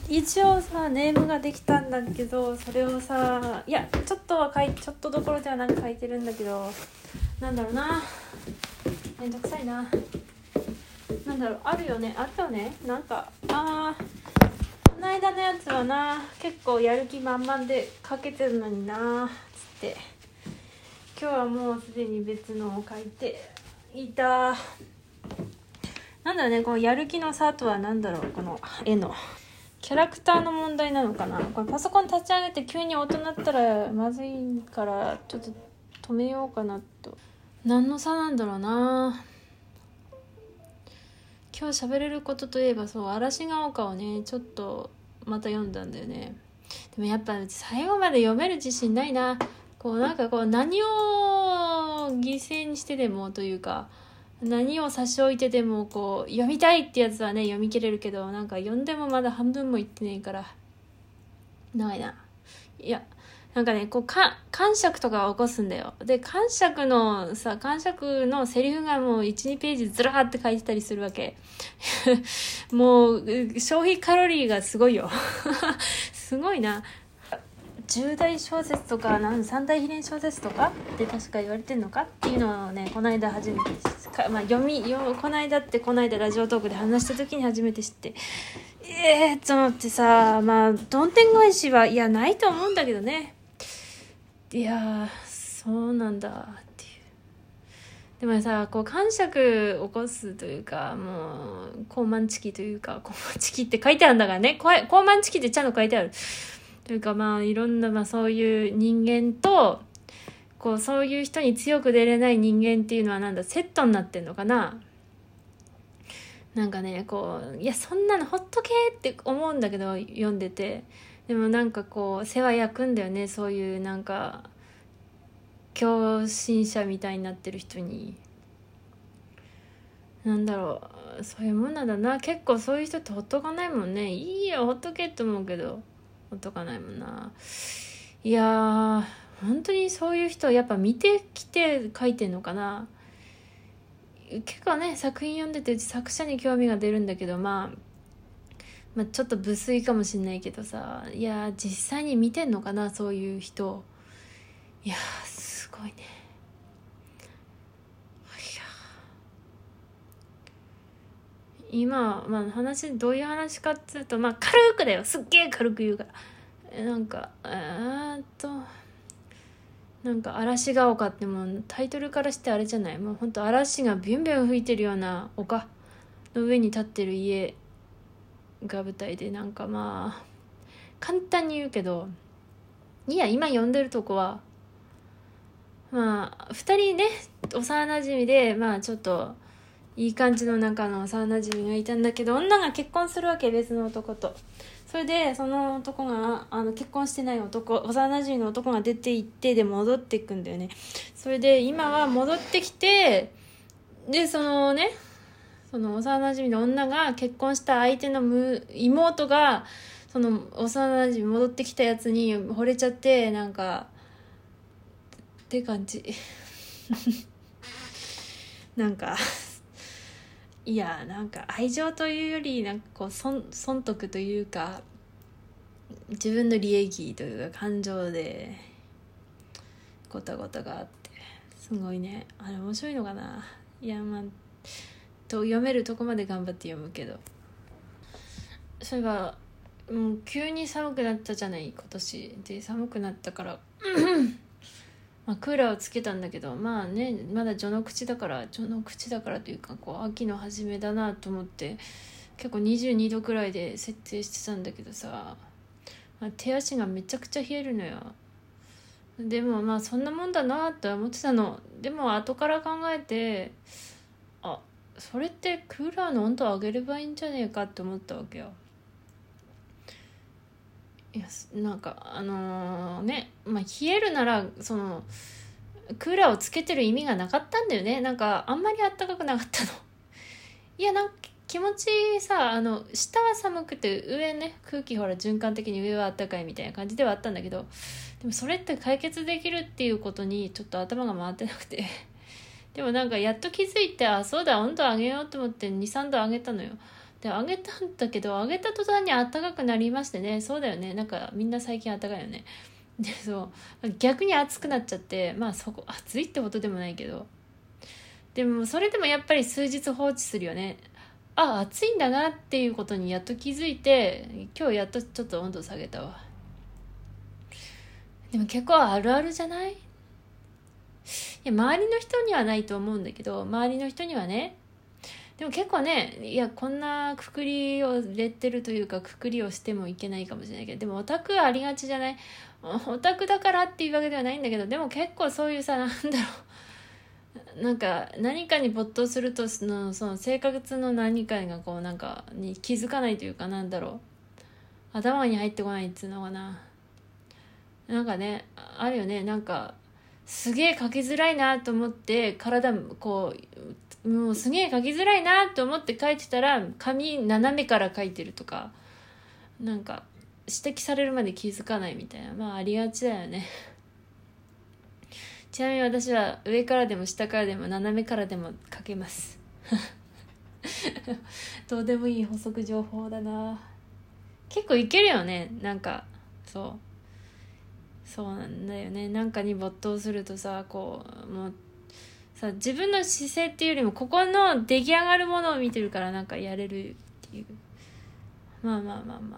一応さネームができたんだけど、それをちょっとどころではなんか書いてるんだけど、なんだろうな、めんどくさいな。なんだろう、あるよねなんかこの間のやつはな、結構やる気満々で書けてるのになつって、今日はもうすでに別のを書いていた。なんだろうね、このやる気の差とはなんだろう、この絵のキャラクターの問題なのかな。これパソコン立ち上げて急に音鳴ったらまずいからちょっと止めようかなと。何の差なんだろうな。今日喋れることといえば、嵐が丘をねちょっとまた読んだんだよね。でもやっぱ最後まで読める自信ないな。何を犠牲にしてでもというか、何を差し置いてでも読みたいってやつはね読み切れるけど、なんか読んでもまだ半分もいってねえから長いな。いやなんかね感触とか起こすんだよ。で感触のセリフがもう 1,2 ページずらーって書いてたりするわけもう消費カロリーがすごいよすごいな。10代小説とか3大秘伝小説とかって確か言われてんのかっていうのをね、この間初めてこの間ラジオトークで話した時に初めて知って、と思ってさ、どん天返しはいやないと思うんだけどね。いやそうなんだっていう。でもさ、感触起こすというか、もう高慢チキというか、高慢チキって書いてあるんだからね。高慢チキってちゃんと書いてあるというか、いろんなそういう人間とそういう人に強く出れない人間っていうのはセットになってんのかな。なんかねいやそんなのほっとけって思うんだけど、読んでて。でも世話焼くんだよね、そういう狂信者みたいになってる人に。なんだろう、そういうもんなんだな。結構そういう人ってほっとかないもんね。いいよほっとけって思うけどほっとかないもんな。いやー本当にそういう人はやっぱ見てきて書いてんのかな。結構ね作品読んでて作者に興味が出るんだけど、ちょっと無粋かもしんないけどさ、いや実際に見てんのかなそういう人。いやすごいね。今、どういう話かっつうと、軽くだよ、すっげえ軽く言うから、嵐が丘ってもうタイトルからしてあれじゃない、もうほんと嵐がビュンビュン吹いてるような丘の上に立ってる家が舞台で、簡単に言うけど、いや今読んでるとこは2人ね幼なじみで、ちょっといい感じの中の幼なじみがいたんだけど、女が結婚するわけ、別の男と。それでその男が結婚してない幼なじみの男が出て行って、で戻っていくんだよね。それで今は戻ってきて、でその幼なじみの女が結婚した相手の妹がその幼なじみ戻ってきたやつに惚れちゃって、って感じいや愛情というより損得というか、自分の利益というか感情でごたごたがあって、すごいね。あれ面白いのかな。いや読めるとこまで頑張って読むけど。そういえばもう急に寒くなったじゃない、今年で。寒くなったからクーラーをつけたんだけど、まだ序の口だからというか、秋の初めだなと思って結構22度くらいで設定してたんだけどさ、手足がめちゃくちゃ冷えるのよ。でもそんなもんだなとは思ってたの。でも後から考えて、それってクーラーの温度を上げればいいんじゃねえかって思ったわけよ。いや冷えるならクーラーをつけてる意味がなかったんだよね。あんまり暖かくなかったの。いや気持ちさ、下は寒くて上ね、空気循環的に上は暖かいみたいな感じではあったんだけど、でもそれって解決できるっていうことにちょっと頭が回ってなくてでもやっと気づいて、そうだ温度上げようと思って 2,3 度上げたのよ。 で上げたんだけど、上げた途端に暖かくなりましてね。そうだよね、なんかみんな最近暖かいよね。でそう逆に暑くなっちゃって、まあそこ暑いってことでもないけど、でもそれでもやっぱり数日放置するよね。あ、暑いんだなっていうことにやっと気づいて、今日やっとちょっと温度下げたわ。でも結構あるあるじゃない？いや周りの人にはないと思うんだけど、周りの人にはね。でも結構ね、いやこんなくくりをレッテルというかくくりをしてもいけないかもしれないけど、でもオタクありがちじゃない？オタクだからっていうわけではないんだけど、でも結構そういうさ、なんだろう、なんか何かに没頭するとその生活の何かがこうなんかに気づかないというか、なんだろう、頭に入ってこないっつうのかな。なんかね、あるよね。なんかすげえ書きづらいなと思って体こう、もうすげえ書きづらいなと思って書いてたら紙斜めから書いてるとか、なんか指摘されるまで気づかないみたいな、まあありがちだよね。ちなみに私は上からでも下からでも斜めからでも書けますどうでもいい補足情報だな。結構いけるよね。なんかそうなんだよね。なんかに没頭するとさ、こうもうさ、自分の姿勢っていうよりもここの出来上がるものを見てるから、なんかやれるっていう。まあ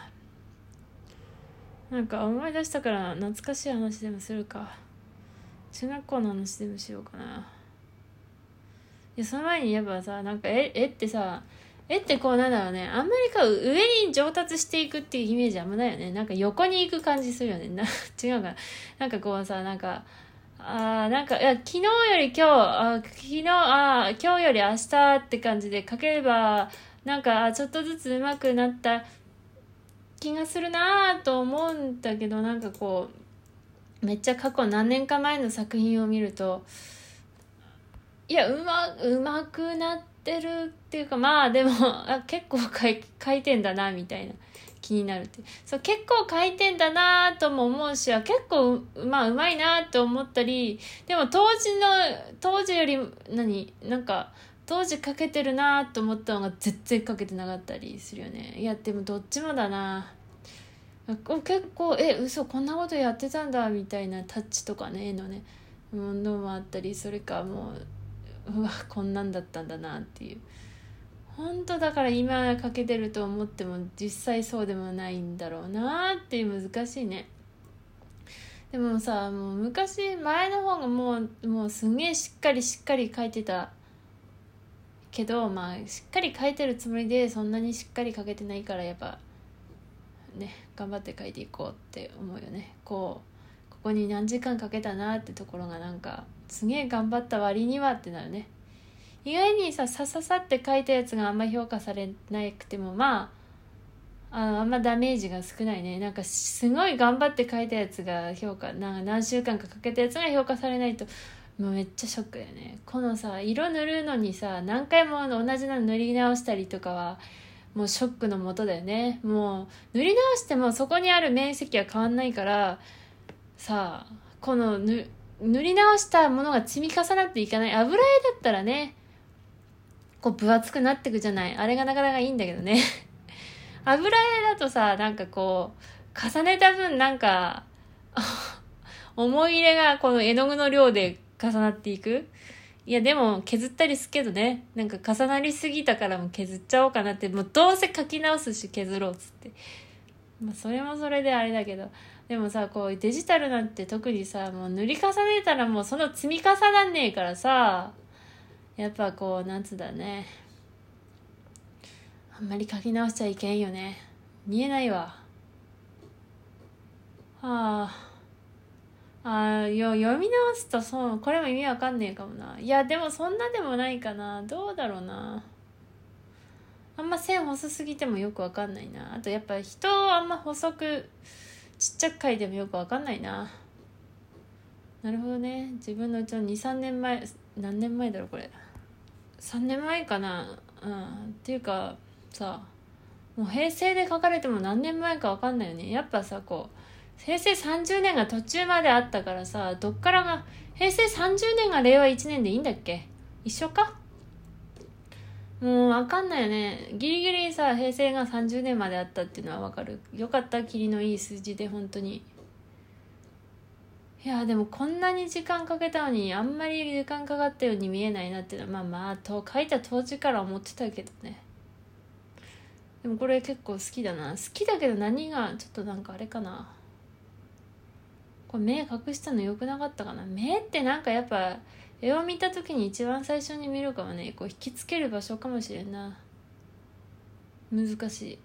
なんか思い出したから懐かしい話でもするか。中学校の話でもしようかな。いやその前にやっぱさ、なんか絵ってさ、絵ってこうなんだろうね、あんまりこう上に上達していくっていうイメージあんまないよね。なんか横に行く感じするよね。違うかな。なんかこうさ、なんかなんかいや昨日より今日今日より明日って感じで描ければ、なんかちょっとずつ上手くなった気がするなと思うんだけど、なんかこうめっちゃ過去何年か前の作品を見ると、いやうまくなってるっていうか、まあでも結構書いてんだなみたいな気になるって。そう結構書いてんだなとも思うし、結構まあうまいなと思ったり、でも当時よりなんか当時書けてるなと思ったのが全然書けてなかったりするよね。いやでもどっちもだな。結構嘘こんなことやってたんだみたいなタッチとかね、絵のねものもあったり、それかもうわこんなんだったんだなっていう。本当だから今描けてると思っても実際そうでもないんだろうなっていう。難しいね。でもさ、もう昔前の方がもうすげえしっかり描いてたけど、まあしっかり描いてるつもりでそんなにしっかり描けてないから、やっぱね頑張って描いていこうって思うよね。ここに何時間かけたなってところがなんかすげえ頑張った割にはってなるね。意外にさって書いたやつがあんま評価されなくても、まああんまダメージが少ないね。なんかすごい頑張って書いたやつがなんか何週間かかけたやつが評価されないともうめっちゃショックだよね。このさ色塗るのにさ何回も同じの塗り直したりとかはもうショックのもとだよね。もう塗り直してもそこにある面積は変わんないからさ、この塗り直したものが積み重なっていかない。油絵だったらねこう分厚くなってくじゃない。あれがなかなかいいんだけどね油絵だとさ、なんかこう重ねた分なんか思い入れがこの絵の具の量で重なっていく。いやでも削ったりすけどね、なんか重なりすぎたからもう削っちゃおうかなって、もうどうせ描き直すし削ろうっつって、まあそれもそれであれだけど、でもさこうデジタルなんて特にさ、もう塗り重ねたらもうその積み重なんねえからさ、やっぱこうなんつだね、あんまり書き直しちゃいけんよね。見えないわ。読み直すとこれも意味わかんねえかもな。いやでもそんなでもないかな。どうだろうな。あんま線細すぎてもよくわかんないな。あとやっぱ人をあんま細くちっちゃく描いてもよくわかんないな。なるほどね。自分のうちの 2,3 年前、何年前だろうこれ、3年前かな。っていうかさ、もう平成で書かれても何年前か分かんないよね。やっぱさこう平成30年が途中まであったからさ、どっからが平成30年が令和1年でいいんだっけ。一緒か。 もう分かんないよね。ギリギリさ平成が30年まであったっていうのは分かる。よかった、キリのいい数字で本当に。いやでもこんなに時間かけたのにあんまり時間かかったように見えないなっていうのはまあと書いた当時から思ってたけどね。でもこれ結構好きだな。好きだけど何がちょっとなんかあれかな、これ目隠したの良くなかったかな。目ってなんかやっぱ絵を見た時に一番最初に見るかもね。こう引きつける場所かもしれんな。難しい。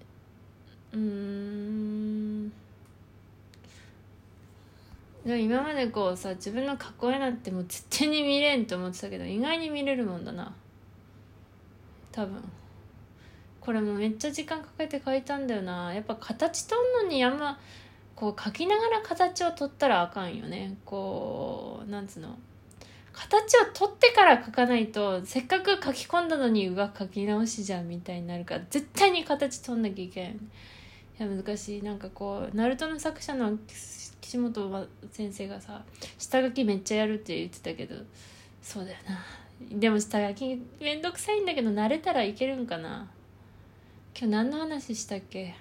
でも今までこうさ自分の過去絵なんてもう絶対に見れんと思ってたけど意外に見れるもんだな多分。これもめっちゃ時間かけて描いたんだよな。やっぱ形取んのにあんまこう描きながら形を取ったらあかんよね。こうなんつうの、形を取ってから描かないとせっかく描き込んだのにうわ描き直しじゃんみたいになるから絶対に形取んなきゃいけない。いや難しい。なんかこうナルトの作者の岸本先生がさ下書きめっちゃやるって言ってたけどそうだよな。でも下書きめんどくさいんだけど慣れたらいけるんかな。今日何の話したっけ。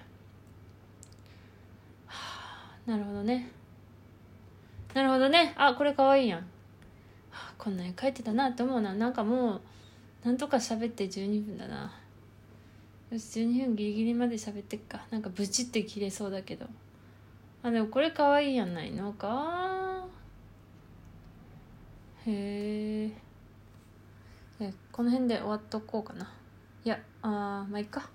なるほどね、なるほどね。あ、これかわいいやん。こんなに書いてたなって思うな。なんかもうなんとか喋って12分だな。よし12分ギリギリまで喋ってっか。なんかブチって切れそうだけど。あ、でもこれかわいいやんないのか。へえ。この辺で終わっとこうかな。いやまあいいか。